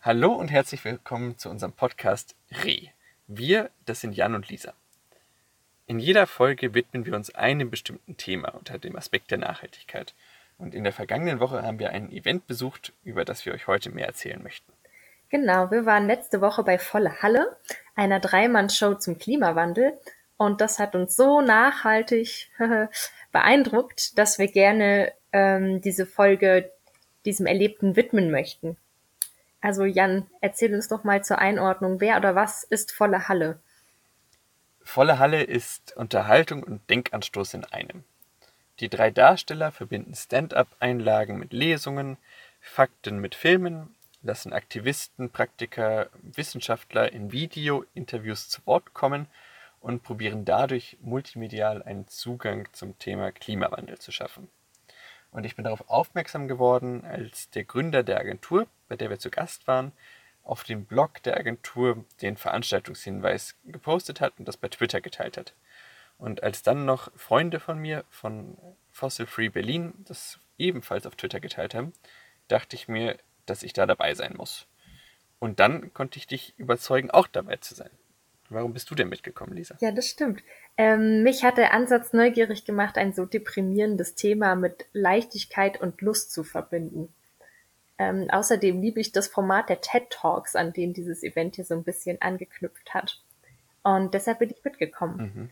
Hallo und herzlich willkommen zu unserem Podcast Re. Wir, das sind Jan und Lisa. In jeder Folge widmen wir uns einem bestimmten Thema unter dem Aspekt der Nachhaltigkeit. Und in der vergangenen Woche haben wir ein Event besucht, über das wir euch heute mehr erzählen möchten. Genau, wir waren letzte Woche bei Volle Halle, einer Dreimann-Show zum Klimawandel. Und das hat uns so nachhaltig beeindruckt, dass wir gerne diese Folge diesem Erlebten widmen möchten. Also Jan, erzähl uns doch mal zur Einordnung, wer oder was ist Volle Halle? Volle Halle ist Unterhaltung und Denkanstoß in einem. Die 3 Darsteller verbinden Stand-up-Einlagen mit Lesungen, Fakten mit Filmen, lassen Aktivisten, Praktiker, Wissenschaftler in Video-Interviews zu Wort kommen und probieren dadurch multimedial einen Zugang zum Thema Klimawandel zu schaffen. Und ich bin darauf aufmerksam geworden, als der Gründer der Agentur, bei der wir zu Gast waren, auf dem Blog der Agentur den Veranstaltungshinweis gepostet hat und das bei Twitter geteilt hat. Und als dann noch Freunde von mir von Fossil Free Berlin das ebenfalls auf Twitter geteilt haben, dachte ich mir, dass ich da dabei sein muss. Und dann konnte ich dich überzeugen, auch dabei zu sein. Warum bist du denn mitgekommen, Lisa? Ja, das stimmt. Mich hat der Ansatz neugierig gemacht, ein so deprimierendes Thema mit Leichtigkeit und Lust zu verbinden. Außerdem liebe ich das Format der TED Talks, an den dieses Event hier so ein bisschen angeknüpft hat. Und deshalb bin ich mitgekommen.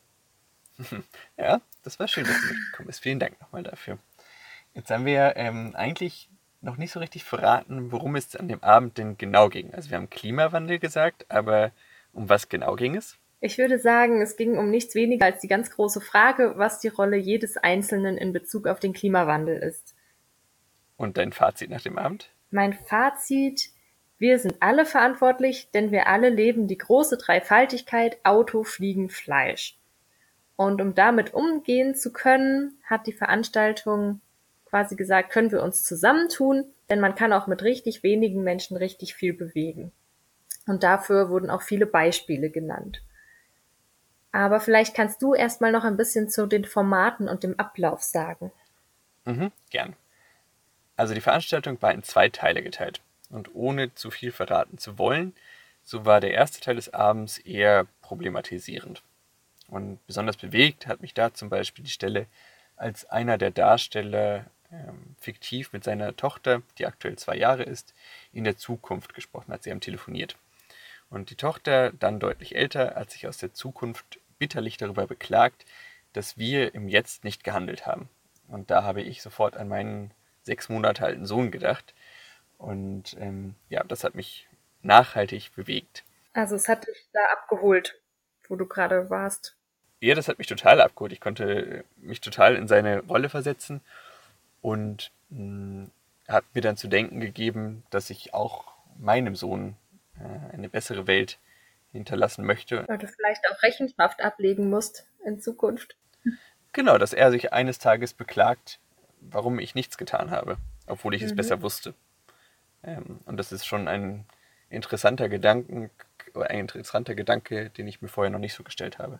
Ja, das war schön, dass du mitgekommen bist. Vielen Dank nochmal dafür. Jetzt haben wir eigentlich noch nicht so richtig verraten, worum es an dem Abend denn genau ging. Also wir haben Klimawandel gesagt, aber um was genau ging es? Ich würde sagen, es ging um nichts weniger als die ganz große Frage, was die Rolle jedes Einzelnen in Bezug auf den Klimawandel ist. Und dein Fazit nach dem Abend? Mein Fazit: Wir sind alle verantwortlich, denn wir alle leben die große Dreifaltigkeit Auto, Fliegen, Fleisch. Und um damit umgehen zu können, hat die Veranstaltung quasi gesagt, können wir uns zusammentun, denn man kann auch mit richtig wenigen Menschen richtig viel bewegen. Und dafür wurden auch viele Beispiele genannt. Aber vielleicht kannst du erst mal noch ein bisschen zu den Formaten und dem Ablauf sagen. Gern. Also die Veranstaltung war in 2 Teile geteilt. Und ohne zu viel verraten zu wollen, so war der erste Teil des Abends eher problematisierend. Und besonders bewegt hat mich da zum Beispiel die Stelle, als einer der Darsteller fiktiv mit seiner Tochter, die aktuell 2 Jahre ist, in der Zukunft gesprochen hat. Sie haben telefoniert. Und die Tochter, dann deutlich älter, hat sich aus der Zukunft bitterlich darüber beklagt, dass wir im Jetzt nicht gehandelt haben. Und da habe ich sofort an meinen 6 Monate alten Sohn gedacht. Und ja, das hat mich nachhaltig bewegt. Also es hat dich da abgeholt, wo du gerade warst. Ja, das hat mich total abgeholt. Ich konnte mich total in seine Rolle versetzen und hat mir dann zu denken gegeben, dass ich auch meinem Sohn eine bessere Welt hinterlassen möchte. Weil du vielleicht auch Rechenschaft ablegen musst in Zukunft. Genau, dass er sich eines Tages beklagt, warum ich nichts getan habe, obwohl ich es Mhm. besser wusste. Und das ist schon ein interessanter Gedanke, den ich mir vorher noch nicht so gestellt habe.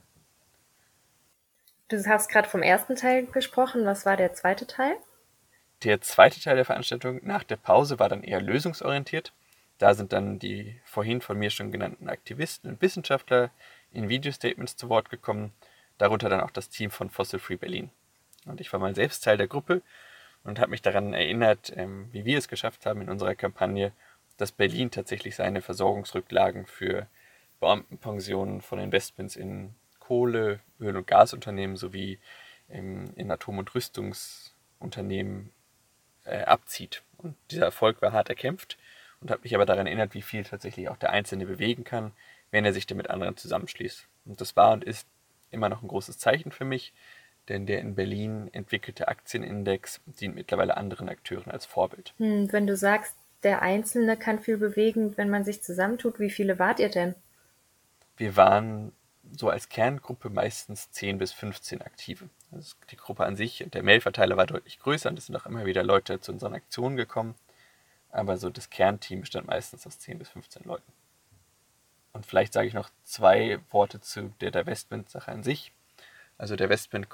Du hast gerade vom ersten Teil gesprochen. Was war der zweite Teil? Der zweite Teil der Veranstaltung nach der Pause war dann eher lösungsorientiert. Da sind dann die vorhin von mir schon genannten Aktivisten und Wissenschaftler in Video-Statements zu Wort gekommen, darunter dann auch das Team von Fossil Free Berlin. Und ich war mal selbst Teil der Gruppe und habe mich daran erinnert, wie wir es geschafft haben in unserer Kampagne, dass Berlin tatsächlich seine Versorgungsrücklagen für Beamtenpensionen von Investments in Kohle-, Öl- und Gasunternehmen sowie in Atom- und Rüstungsunternehmen abzieht. Und dieser Erfolg war hart erkämpft und hat mich aber daran erinnert, wie viel tatsächlich auch der Einzelne bewegen kann, wenn er sich denn mit anderen zusammenschließt. Und das war und ist immer noch ein großes Zeichen für mich, denn der in Berlin entwickelte Aktienindex dient mittlerweile anderen Akteuren als Vorbild. Wenn du sagst, der Einzelne kann viel bewegen, wenn man sich zusammentut, wie viele wart ihr denn? Wir waren so als Kerngruppe meistens 10 bis 15 Aktive. Also die Gruppe an sich, der Mailverteiler war deutlich größer und es sind auch immer wieder Leute zu unseren Aktionen gekommen. Aber so das Kernteam bestand meistens aus 10 bis 15 Leuten. Und vielleicht sage ich noch 2 Worte zu der Divestment-Sache an sich. Also Divestment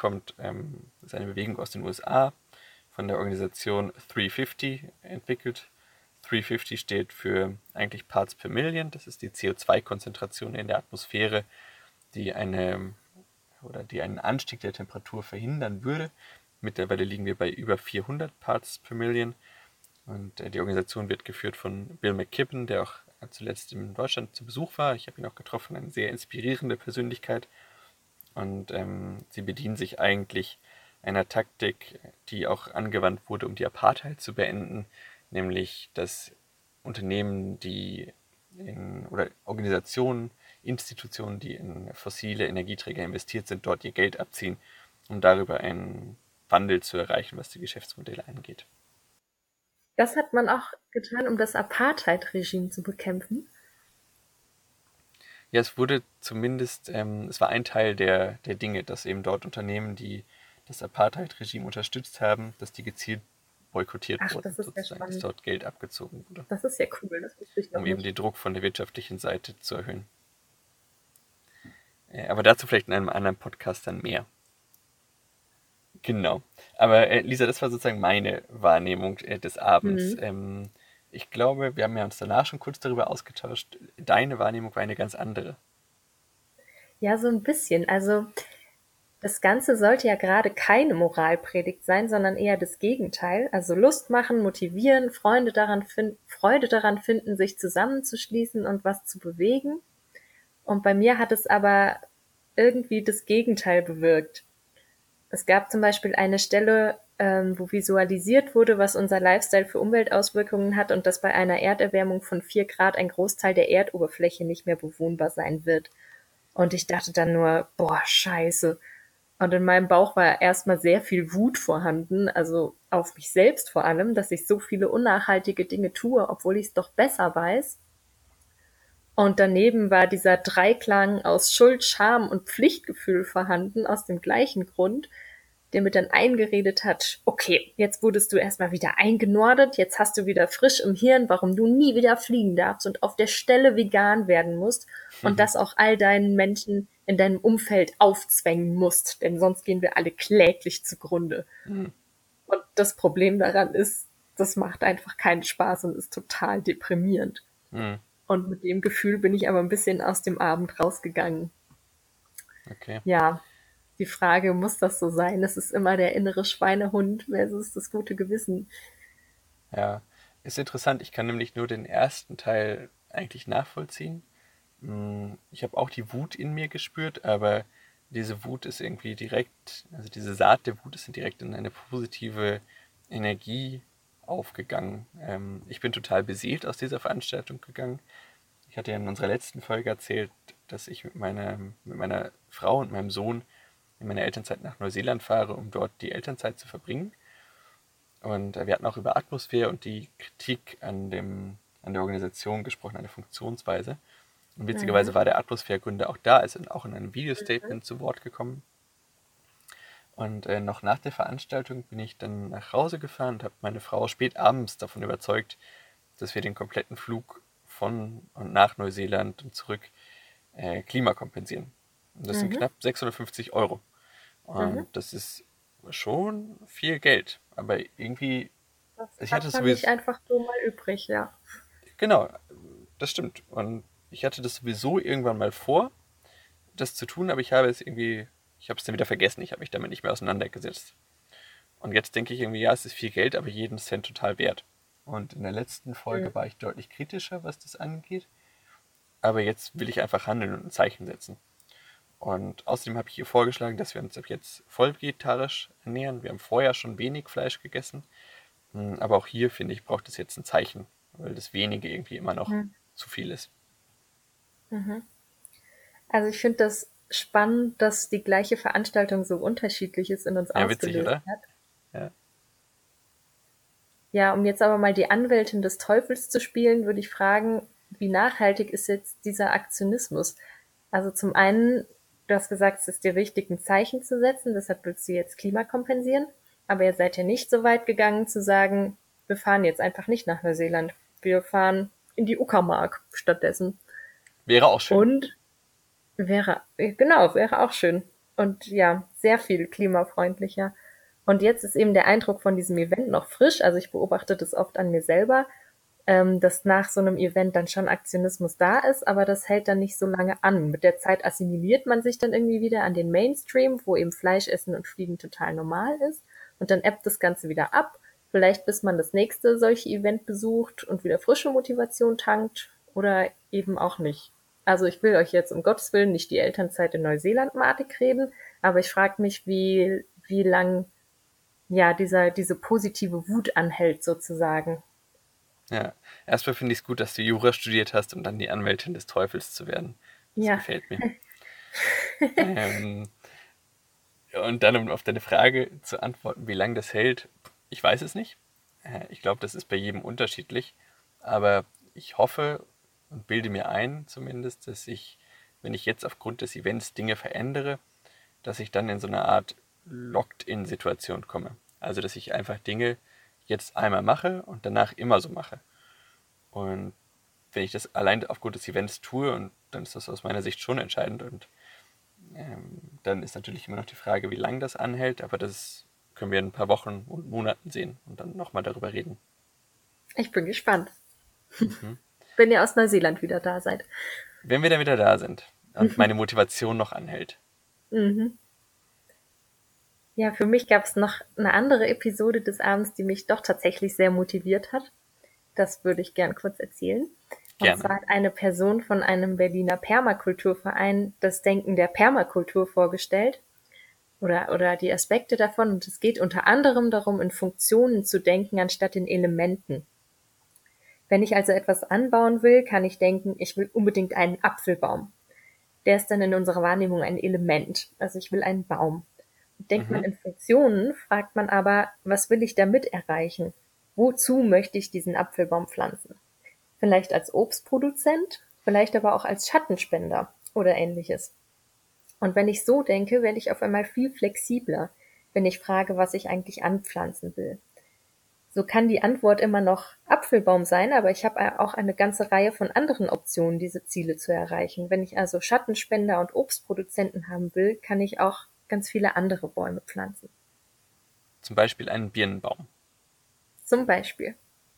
ist eine Bewegung aus den USA, von der Organisation 350 entwickelt. 350 steht für eigentlich Parts per Million. Das ist die CO2-Konzentration in der Atmosphäre, die einen Anstieg der Temperatur verhindern würde. Mittlerweile liegen wir bei über 400 Parts per Million. Und die Organisation wird geführt von Bill McKibben, der auch zuletzt in Deutschland zu Besuch war. Ich habe ihn auch getroffen, eine sehr inspirierende Persönlichkeit. Und sie bedienen sich eigentlich einer Taktik, die auch angewandt wurde, um die Apartheid zu beenden, nämlich dass Unternehmen, oder Organisationen, Institutionen, die in fossile Energieträger investiert sind, dort ihr Geld abziehen, um darüber einen Wandel zu erreichen, was die Geschäftsmodelle angeht. Das hat man auch getan, um das Apartheid-Regime zu bekämpfen. Ja, es wurde zumindest, es war ein Teil der Dinge, dass eben dort Unternehmen, die das Apartheid-Regime unterstützt haben, dass die gezielt boykottiert Ach, wurden, das ist ja sozusagen, dass spannend. dort Geld abgezogen wurde, Das ist ja cool, das wusste ich noch um eben nicht. den Druck von der wirtschaftlichen Seite zu erhöhen. Aber dazu vielleicht in einem anderen Podcast dann mehr. Genau. Aber Lisa, das war sozusagen meine Wahrnehmung des Abends. Mhm. Ich glaube, wir haben ja uns danach schon kurz darüber ausgetauscht. Deine Wahrnehmung war eine ganz andere. Ja, so ein bisschen. Also das Ganze sollte ja gerade keine Moralpredigt sein, sondern eher das Gegenteil. Also Lust machen, motivieren, Freude daran finden, sich zusammenzuschließen und was zu bewegen. Und bei mir hat es aber irgendwie das Gegenteil bewirkt. Es gab zum Beispiel eine Stelle, wo visualisiert wurde, was unser Lifestyle für Umweltauswirkungen hat und dass bei einer Erderwärmung von 4 Grad ein Großteil der Erdoberfläche nicht mehr bewohnbar sein wird. Und ich dachte dann nur, boah, scheiße. Und in meinem Bauch war erstmal sehr viel Wut vorhanden, also auf mich selbst vor allem, dass ich so viele unnachhaltige Dinge tue, obwohl ich es doch besser weiß. Und daneben war dieser Dreiklang aus Schuld, Scham und Pflichtgefühl vorhanden, aus dem gleichen Grund, der mir dann eingeredet hat, okay, jetzt wurdest du erstmal wieder eingenordet, jetzt hast du wieder frisch im Hirn, warum du nie wieder fliegen darfst und auf der Stelle vegan werden musst und das auch all deinen Menschen in deinem Umfeld aufzwängen musst, denn sonst gehen wir alle kläglich zugrunde. Mhm. Und das Problem daran ist, das macht einfach keinen Spaß und ist total deprimierend. Mhm. Und mit dem Gefühl bin ich aber ein bisschen aus dem Abend rausgegangen. Okay. Ja, die Frage, muss das so sein? Es ist immer der innere Schweinehund versus das gute Gewissen. Ja, ist interessant. Ich kann nämlich nur den ersten Teil eigentlich nachvollziehen. Ich habe auch die Wut in mir gespürt, aber diese Wut ist irgendwie direkt, also diese Saat der Wut ist direkt in eine positive Energie aufgegangen. Ich bin total beseelt aus dieser Veranstaltung gegangen. Ich hatte ja in unserer letzten Folge erzählt, dass ich mit meiner Frau und meinem Sohn in meiner Elternzeit nach Neuseeland fahre, um dort die Elternzeit zu verbringen. Und wir hatten auch über Atmosphäre und die Kritik an der Organisation gesprochen, an der Funktionsweise. Und witzigerweise Mhm. war der Atmosphäre-Gründer auch da, ist auch in einem Video-Statement zu Wort gekommen. Und noch nach der Veranstaltung bin ich dann nach Hause gefahren und habe meine Frau spät abends davon überzeugt, dass wir den kompletten Flug von und nach Neuseeland und zurück Klima kompensieren. Und das sind Mhm. knapp 650 Euro. Mhm. Und das ist schon viel Geld. Aber irgendwie, Das ich hatte hat es man nicht sowieso, einfach so mal übrig, ja. genau, das stimmt. Und ich hatte das sowieso irgendwann mal vor, das zu tun, aber ich habe es dann wieder vergessen, ich habe mich damit nicht mehr auseinandergesetzt. Und jetzt denke ich irgendwie, ja, es ist viel Geld, aber jeden Cent total wert. Und in der letzten Folge Mhm. war ich deutlich kritischer, was das angeht. Aber jetzt will ich einfach handeln und ein Zeichen setzen. Und außerdem habe ich ihr vorgeschlagen, dass wir uns ab jetzt voll vegetarisch ernähren. Wir haben vorher schon wenig Fleisch gegessen. Aber auch hier, finde ich, braucht es jetzt ein Zeichen, weil das wenige irgendwie immer noch Mhm. zu viel ist. Mhm. Also ich finde das spannend, dass die gleiche Veranstaltung so Unterschiedliches in uns Ja, witzig, ausgelöst oder? hat. Ja. Ja, um jetzt aber mal die Anwältin des Teufels zu spielen, würde ich fragen, wie nachhaltig ist jetzt dieser Aktionismus? Also zum einen, du hast gesagt, es ist dir wichtig, ein Zeichen zu setzen, deshalb willst du jetzt Klima kompensieren, aber ihr seid ja nicht so weit gegangen zu sagen, wir fahren jetzt einfach nicht nach Neuseeland, wir fahren in die Uckermark stattdessen. Wäre auch schön. Und wäre auch schön. Und ja, sehr viel klimafreundlicher. Und jetzt ist eben der Eindruck von diesem Event noch frisch. Also ich beobachte das oft an mir selber. dass nach so einem Event dann schon Aktionismus da ist, aber das hält dann nicht so lange an. Mit der Zeit assimiliert man sich dann irgendwie wieder an den Mainstream, wo eben Fleisch essen und Fliegen total normal ist. Und dann ebbt das Ganze wieder ab. Vielleicht bis man das nächste solche Event besucht und wieder frische Motivation tankt oder eben auch nicht. Also ich will euch jetzt um Gottes Willen nicht die Elternzeit in Neuseeland madig reden, aber ich frage mich, wie lang ja diese positive Wut anhält sozusagen. Ja, erstmal finde ich es gut, dass du Jura studiert hast, um dann die Anwältin des Teufels zu werden. Das Ja, gefällt mir. Ähm, und dann, um auf deine Frage zu antworten, wie lange das hält, ich weiß es nicht. Ich glaube, das ist bei jedem unterschiedlich. Aber ich hoffe und bilde mir ein, zumindest, dass ich, wenn ich jetzt aufgrund des Events Dinge verändere, dass ich dann in so eine Art Locked-in-Situation komme. Also, dass ich einfach Dinge jetzt einmal mache und danach immer so mache. Und wenn ich das allein aufgrund des Events tue, und dann ist das aus meiner Sicht schon entscheidend. Und dann ist natürlich immer noch die Frage, wie lange das anhält, aber das können wir in ein paar Wochen und Monaten sehen und dann nochmal darüber reden. ich bin gespannt, Mhm. wenn ihr aus Neuseeland wieder da seid. Wenn wir dann wieder da sind und meine Motivation noch anhält. Mhm. Ja, für mich gab es noch eine andere Episode des Abends, die mich doch tatsächlich sehr motiviert hat. Das würde ich gern kurz erzählen. Und Gerne. zwar hat eine Person von einem Berliner Permakulturverein das Denken der Permakultur vorgestellt oder die Aspekte davon. Und es geht unter anderem darum, in Funktionen zu denken, anstatt in Elementen. Wenn ich also etwas anbauen will, kann ich denken, ich will unbedingt einen Apfelbaum. Der ist dann in unserer Wahrnehmung ein Element. Also ich will einen Baum. Denkt man Mhm. in Funktionen, fragt man aber, was will ich damit erreichen? Wozu möchte ich diesen Apfelbaum pflanzen? Vielleicht als Obstproduzent, vielleicht aber auch als Schattenspender oder ähnliches. Und wenn ich so denke, werde ich auf einmal viel flexibler, wenn ich frage, was ich eigentlich anpflanzen will. So kann die Antwort immer noch Apfelbaum sein, aber ich habe auch eine ganze Reihe von anderen Optionen, diese Ziele zu erreichen. Wenn ich also Schattenspender und Obstproduzenten haben will, kann ich auch ganz viele andere Bäume pflanzen. Zum Beispiel einen Birnenbaum. Zum Beispiel.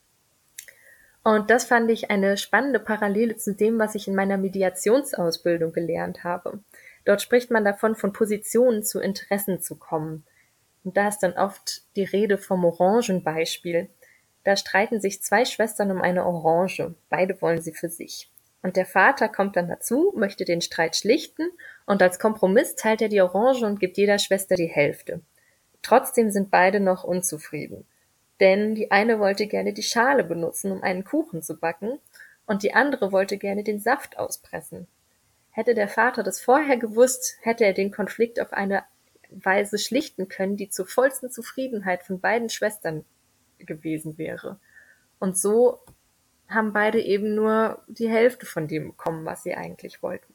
Und das fand ich eine spannende Parallele zu dem, was ich in meiner Mediationsausbildung gelernt habe. Dort spricht man davon, von Positionen zu Interessen zu kommen. Und da ist dann oft die Rede vom Orangenbeispiel. Da streiten sich zwei Schwestern um eine Orange. Beide wollen sie für sich. Und der Vater kommt dann dazu, möchte den Streit schlichten und als Kompromiss teilt er die Orange und gibt jeder Schwester die Hälfte. Trotzdem sind beide noch unzufrieden. Denn die eine wollte gerne die Schale benutzen, um einen Kuchen zu backen, und die andere wollte gerne den Saft auspressen. Hätte der Vater das vorher gewusst, hätte er den Konflikt auf eine Weise schlichten können, die zur vollsten Zufriedenheit von beiden Schwestern gewesen wäre. Und so haben beide eben nur die Hälfte von dem bekommen, was sie eigentlich wollten.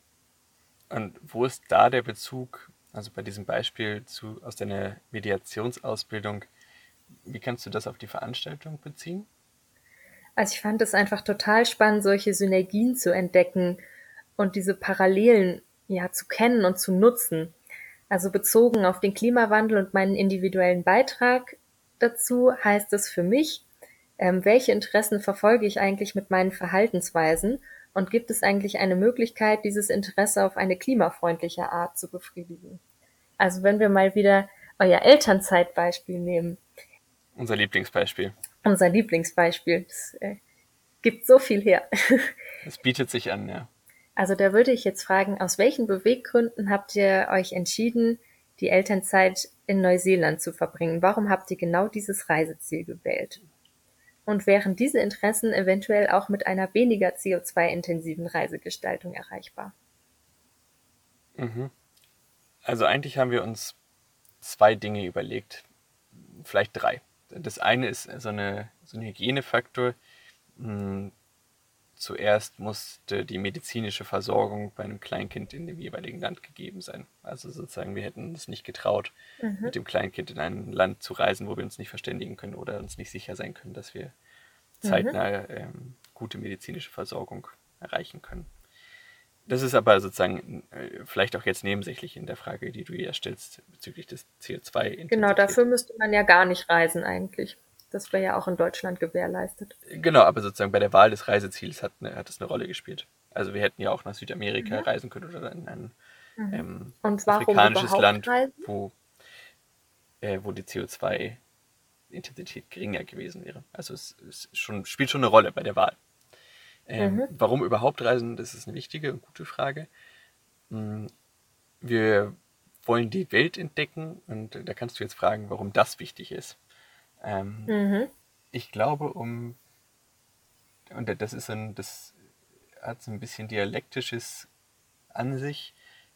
Und wo ist da der Bezug, also bei diesem Beispiel aus deiner Mediationsausbildung, wie kannst du das auf die Veranstaltung beziehen? Also ich fand es einfach total spannend, solche Synergien zu entdecken und diese Parallelen ja zu kennen und zu nutzen. Also bezogen auf den Klimawandel und meinen individuellen Beitrag dazu heißt es für mich, welche Interessen verfolge ich eigentlich mit meinen Verhaltensweisen und gibt es eigentlich eine Möglichkeit, dieses Interesse auf eine klimafreundliche Art zu befriedigen? Also wenn wir mal wieder euer Elternzeitbeispiel nehmen, Unser Lieblingsbeispiel. unser Lieblingsbeispiel, das gibt so viel her. Es bietet sich an, ja. Also da würde ich jetzt fragen, aus welchen Beweggründen habt ihr euch entschieden, die Elternzeit in Neuseeland zu verbringen? Warum habt ihr genau dieses Reiseziel gewählt? Und wären diese Interessen eventuell auch mit einer weniger CO2-intensiven Reisegestaltung erreichbar? Mhm. Also eigentlich haben wir uns zwei Dinge überlegt, vielleicht drei. Das eine ist so ein Hygienefaktor. Zuerst musste die medizinische Versorgung bei einem Kleinkind in dem jeweiligen Land gegeben sein. Also sozusagen, wir hätten uns nicht getraut, Mhm. mit dem Kleinkind in ein Land zu reisen, wo wir uns nicht verständigen können oder uns nicht sicher sein können, dass wir Mhm. zeitnah gute medizinische Versorgung erreichen können. Das ist aber sozusagen vielleicht auch jetzt nebensächlich in der Frage, die du ja stellst bezüglich des Genau, CO2-Intensität. dafür müsste man ja gar nicht reisen eigentlich. Das wäre ja auch in Deutschland gewährleistet. Genau, aber sozusagen bei der Wahl des Reiseziels hat es eine Rolle gespielt. Also wir hätten ja auch nach Südamerika Mhm. reisen können oder in ein Mhm. Und warum afrikanisches überhaupt Land, reisen? wo die CO2-Intensität geringer gewesen wäre. Also spielt schon eine Rolle bei der Wahl. Mhm. Warum überhaupt reisen, das ist eine wichtige und gute Frage. Wir wollen die Welt entdecken und da kannst du jetzt fragen, warum das wichtig ist. Ähm, Mhm. Ich glaube, und das hat so ein bisschen Dialektisches an sich,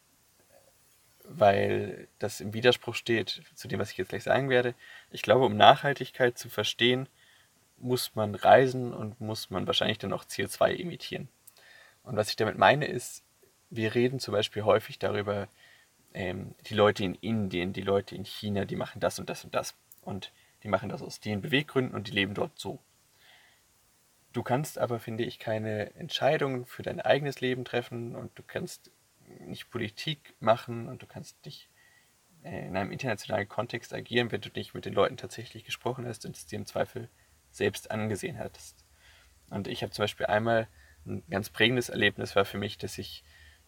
weil das im Widerspruch steht zu dem, was ich jetzt gleich sagen werde. Ich glaube, um Nachhaltigkeit zu verstehen, muss man reisen und muss man wahrscheinlich dann auch CO2 emittieren. Und was ich damit meine ist, wir reden zum Beispiel häufig darüber, die Leute in Indien, die Leute in China, die machen das und das und das. Und die machen das aus den Beweggründen und die leben dort so. Du kannst aber, finde ich, keine Entscheidungen für dein eigenes Leben treffen und du kannst nicht Politik machen und du kannst nicht in einem internationalen Kontext agieren, wenn du nicht mit den Leuten tatsächlich gesprochen hast und es dir im Zweifel selbst angesehen hattest. Und ich habe zum Beispiel einmal ein ganz prägendes Erlebnis war für mich, dass ich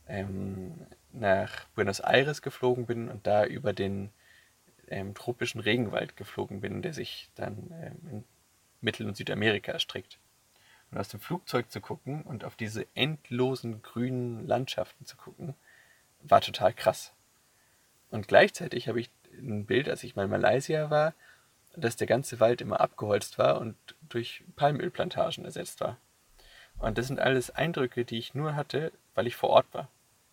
nach Buenos Aires geflogen bin und da über den tropischen Regenwald geflogen bin, der sich dann in Mittel- und Südamerika erstreckt. Und aus dem Flugzeug zu gucken und auf diese endlosen grünen Landschaften zu gucken, war total krass. Und gleichzeitig habe ich ein Bild, als ich mal in Malaysia war, dass der ganze Wald immer abgeholzt war und durch Palmölplantagen ersetzt war. Und das sind alles Eindrücke, die ich nur hatte, weil ich vor Ort war.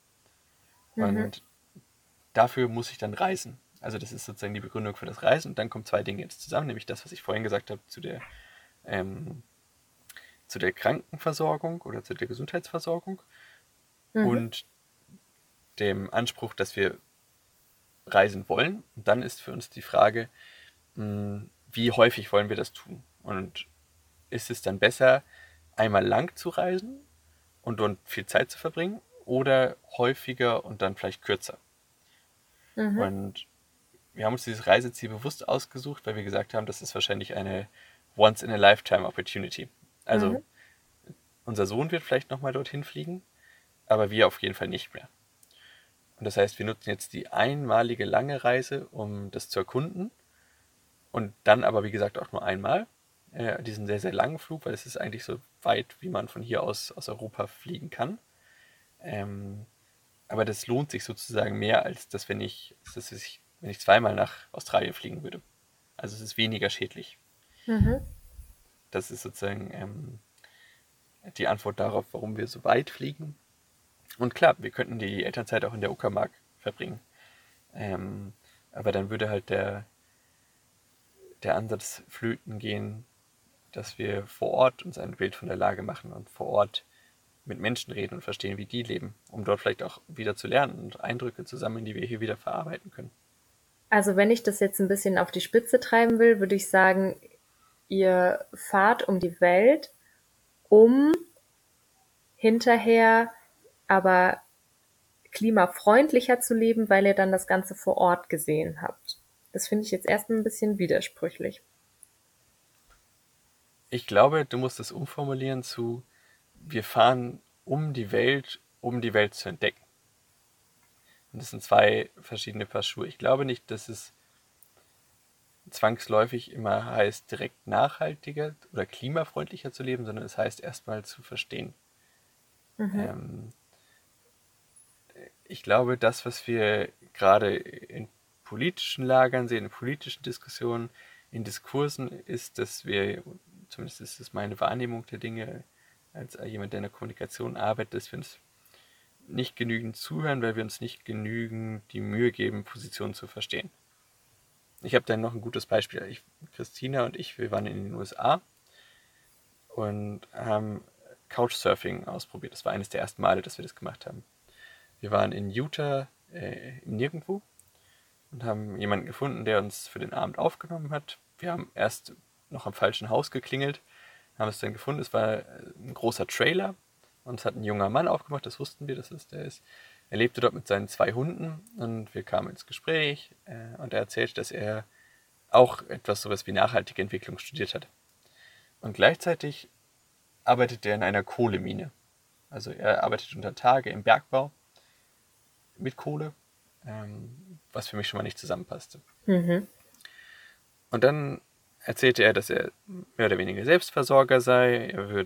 Mhm. Und dafür muss ich dann reisen. Also das ist sozusagen die Begründung für das Reisen. Und dann kommen zwei Dinge jetzt zusammen, nämlich das, was ich vorhin gesagt habe ähm, zu der Krankenversorgung oder zu der Gesundheitsversorgung Mhm. und dem Anspruch, dass wir reisen wollen. Und dann ist für uns die Frage, wie häufig wollen wir das tun? Und ist es dann besser, einmal lang zu reisen und dort viel Zeit zu verbringen oder häufiger und dann vielleicht kürzer? Mhm. Und wir haben uns dieses Reiseziel bewusst ausgesucht, weil wir gesagt haben, das ist wahrscheinlich eine Once-in-a-Lifetime-Opportunity. Also Mhm. unser Sohn wird vielleicht nochmal dorthin fliegen, aber wir auf jeden Fall nicht mehr. Und das heißt, wir nutzen jetzt die einmalige lange Reise, um das zu erkunden und dann aber, wie gesagt, auch nur einmal diesen sehr, sehr langen Flug, weil es ist eigentlich so weit, wie man von hier aus Europa fliegen kann. Ähm, aber das lohnt sich sozusagen mehr, als das, wenn ich zweimal nach Australien fliegen würde. Also es ist weniger schädlich. Mhm. Das ist sozusagen die Antwort darauf, warum wir so weit fliegen. Und klar, wir könnten die Elternzeit auch in der Uckermark verbringen. Ähm, aber dann würde halt der Ansatz flöten gehen, dass wir vor Ort uns ein Bild von der Lage machen und vor Ort mit Menschen reden und verstehen, wie die leben, um dort vielleicht auch wieder zu lernen und Eindrücke zu sammeln, die wir hier wieder verarbeiten können. Also wenn ich das jetzt ein bisschen auf die Spitze treiben will, würde ich sagen, ihr fahrt um die Welt, um hinterher aber klimafreundlicher zu leben, weil ihr dann das Ganze vor Ort gesehen habt. Das finde ich jetzt erst ein bisschen widersprüchlich. Ich glaube, du musst es umformulieren zu, wir fahren um die Welt zu entdecken. Und das sind zwei verschiedene Paar Schuhe. Ich glaube nicht, dass es zwangsläufig immer heißt, direkt nachhaltiger oder klimafreundlicher zu leben, sondern es heißt erstmal zu verstehen. Mhm. Ähm, Ich glaube, das, was wir gerade in politischen Lagern sehen, in politischen Diskussionen, in Diskursen, ist, dass wir, zumindest ist es meine Wahrnehmung der Dinge, als jemand, der in der Kommunikation arbeitet, dass wir uns nicht genügend zuhören, weil wir uns nicht genügend die Mühe geben, Positionen zu verstehen. Ich habe dann noch ein gutes Beispiel. Christina und ich, wir waren in den USA und haben Couchsurfing ausprobiert. Das war eines der ersten Male, dass wir das gemacht haben. Wir waren in Utah im Nirgendwo und haben jemanden gefunden, der uns für den Abend aufgenommen hat. Wir haben erst noch am falschen Haus geklingelt, haben es dann gefunden. Es war ein großer Trailer und es hat ein junger Mann aufgemacht, das wussten wir, dass es der ist. Er lebte dort mit seinen zwei Hunden und wir kamen ins Gespräch und er erzählte, dass er auch etwas sowas wie nachhaltige Entwicklung studiert hat. Und gleichzeitig arbeitet er in einer Kohlemine. Also er arbeitet unter Tage im Bergbau mit Kohle, was für mich schon mal nicht zusammenpasste. Mhm. Und dann erzählte er, dass er mehr oder weniger Selbstversorger sei.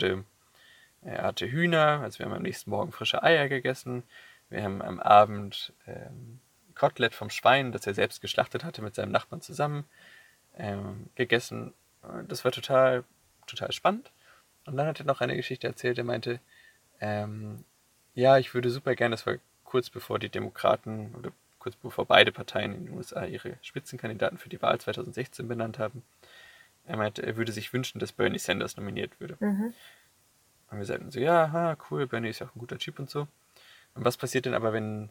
Er hatte Hühner, also wir haben am nächsten Morgen frische Eier gegessen. Wir haben am Abend Kotelett vom Schwein, das er selbst geschlachtet hatte, mit seinem Nachbarn zusammen gegessen. Das war total, total spannend. Und dann hat er noch eine Geschichte erzählt. Er meinte, ja, ich würde super gerne, das war kurz bevor die Demokraten oder kurz bevor beide Parteien in den USA ihre Spitzenkandidaten für die Wahl 2016 benannt haben. Er meinte, er würde sich wünschen, dass Bernie Sanders nominiert würde. Mhm. Und wir sagten so, ja, cool, Bernie ist ja auch ein guter Typ und so. Und was passiert denn aber, wenn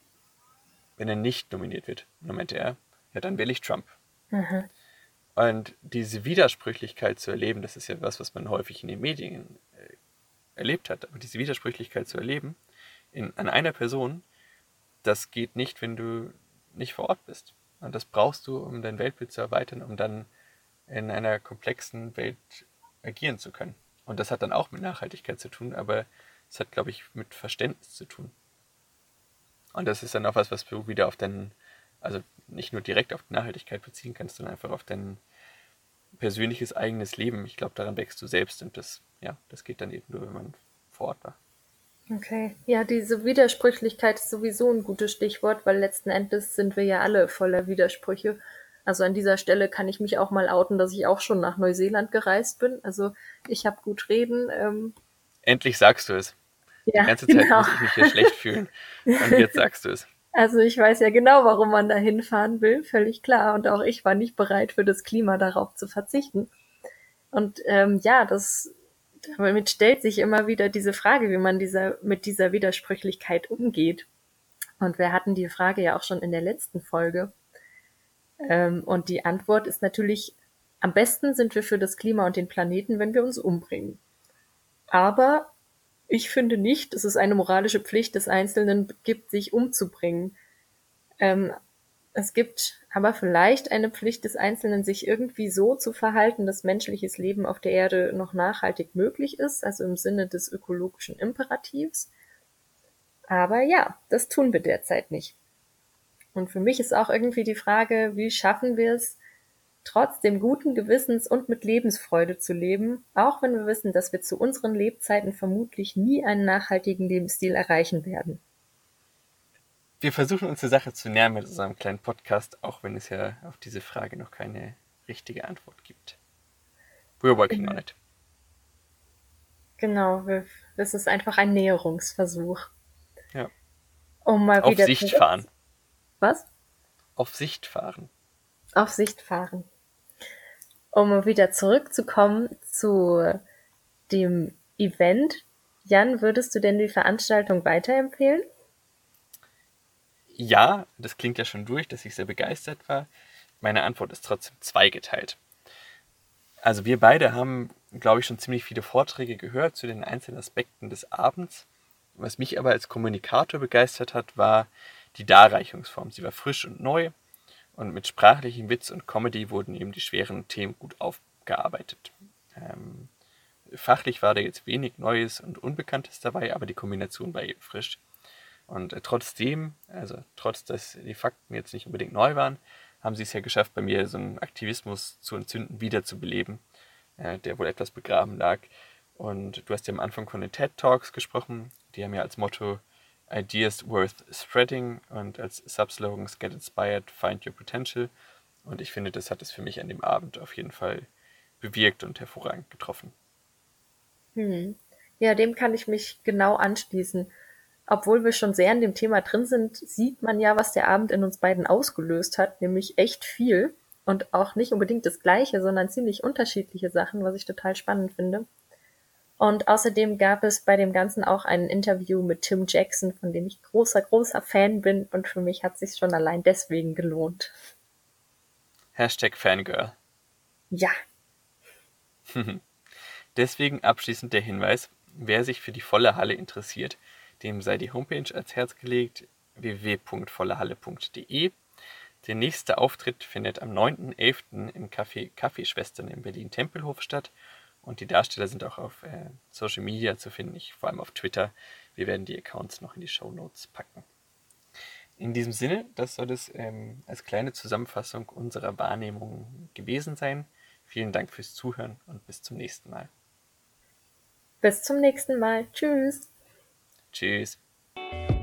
er nicht nominiert wird? Und dann meinte er, ja, dann wähle ich Trump. Mhm. Und diese Widersprüchlichkeit zu erleben, das ist ja was man häufig in den Medien erlebt hat, aber diese Widersprüchlichkeit zu erleben an einer Person, das geht nicht, wenn du nicht vor Ort bist. Und das brauchst du, um dein Weltbild zu erweitern, um dann in einer komplexen Welt agieren zu können. Und das hat dann auch mit Nachhaltigkeit zu tun, aber es hat, glaube ich, mit Verständnis zu tun. Und das ist dann auch was du wieder also nicht nur direkt auf die Nachhaltigkeit beziehen kannst, sondern einfach auf dein persönliches eigenes Leben. Ich glaube, daran wächst du selbst und das geht dann eben nur, wenn man vor Ort war. Okay. Ja, diese Widersprüchlichkeit ist sowieso ein gutes Stichwort, weil letzten Endes sind wir ja alle voller Widersprüche. Also an dieser Stelle kann ich mich auch mal outen, dass ich auch schon nach Neuseeland gereist bin. Also ich habe gut reden. Endlich sagst du es. Die Ja, ganze Zeit genau. muss ich mich hier schlecht fühlen. Und jetzt sagst du es. Also ich weiß ja genau, warum man da hinfahren will, völlig klar. Und auch ich war nicht bereit, für das Klima darauf zu verzichten. Und damit stellt sich immer wieder diese Frage, wie man mit dieser Widersprüchlichkeit umgeht. Und wir hatten die Frage ja auch schon in der letzten Folge. Und die Antwort ist natürlich, am besten sind wir für das Klima und den Planeten, wenn wir uns umbringen. Aber ich finde nicht, dass es eine moralische Pflicht des Einzelnen gibt, sich umzubringen. Es gibt aber vielleicht eine Pflicht des Einzelnen, sich irgendwie so zu verhalten, dass menschliches Leben auf der Erde noch nachhaltig möglich ist, also im Sinne des ökologischen Imperativs. Aber ja, das tun wir derzeit nicht. Und für mich ist auch irgendwie die Frage, wie schaffen wir es, trotzdem guten Gewissens und mit Lebensfreude zu leben, auch wenn wir wissen, dass wir zu unseren Lebzeiten vermutlich nie einen nachhaltigen Lebensstil erreichen werden. Wir versuchen uns der Sache zu nähern mit unserem kleinen Podcast, auch wenn es ja auf diese Frage noch keine richtige Antwort gibt. We're working on it. Genau, es ist einfach ein Näherungsversuch. Ja. Um mal Auf wieder Sicht fahren. Was? Auf Sicht fahren. Auf Sicht fahren. Um wieder zurückzukommen zu dem Event. Jan, würdest du denn die Veranstaltung weiterempfehlen? Ja, das klingt ja schon durch, dass ich sehr begeistert war. Meine Antwort ist trotzdem zweigeteilt. Also wir beide haben, glaube ich, schon ziemlich viele Vorträge gehört zu den einzelnen Aspekten des Abends. Was mich aber als Kommunikator begeistert hat, war die Darreichungsform. Sie war frisch und neu und mit sprachlichem Witz und Comedy wurden eben die schweren Themen gut aufgearbeitet. Fachlich war da jetzt wenig Neues und Unbekanntes dabei, aber die Kombination war eben frisch. Und trotz, dass die Fakten jetzt nicht unbedingt neu waren, haben sie es ja geschafft, bei mir so einen Aktivismus zu entzünden, wiederzubeleben, der wohl etwas begraben lag. Und du hast ja am Anfang von den TED Talks gesprochen. Die haben ja als Motto Ideas worth spreading und als Subslogans Get inspired, find your potential. Und ich finde, das hat es für mich an dem Abend auf jeden Fall bewirkt und hervorragend getroffen. Ja, dem kann ich mich genau anschließen. Obwohl wir schon sehr in dem Thema drin sind, sieht man ja, was der Abend in uns beiden ausgelöst hat, nämlich echt viel und auch nicht unbedingt das Gleiche, sondern ziemlich unterschiedliche Sachen, was ich total spannend finde. Und außerdem gab es bei dem Ganzen auch ein Interview mit Tim Jackson, von dem ich großer, großer Fan bin und für mich hat es sich schon allein deswegen gelohnt. #Fangirl. Ja, Deswegen abschließend der Hinweis, wer sich für die volle Halle interessiert, dem sei die Homepage ans Herz gelegt, www.vollehalle.de. Der nächste Auftritt findet am 9.11. im Café Kaffeeschwestern in Berlin-Tempelhof statt. Und die Darsteller sind auch auf Social Media zu finden, vor allem auf Twitter. Wir werden die Accounts noch in die Shownotes packen. In diesem Sinne, das soll es als kleine Zusammenfassung unserer Wahrnehmung gewesen sein. Vielen Dank fürs Zuhören und bis zum nächsten Mal. Bis zum nächsten Mal. Tschüss. Tschüss.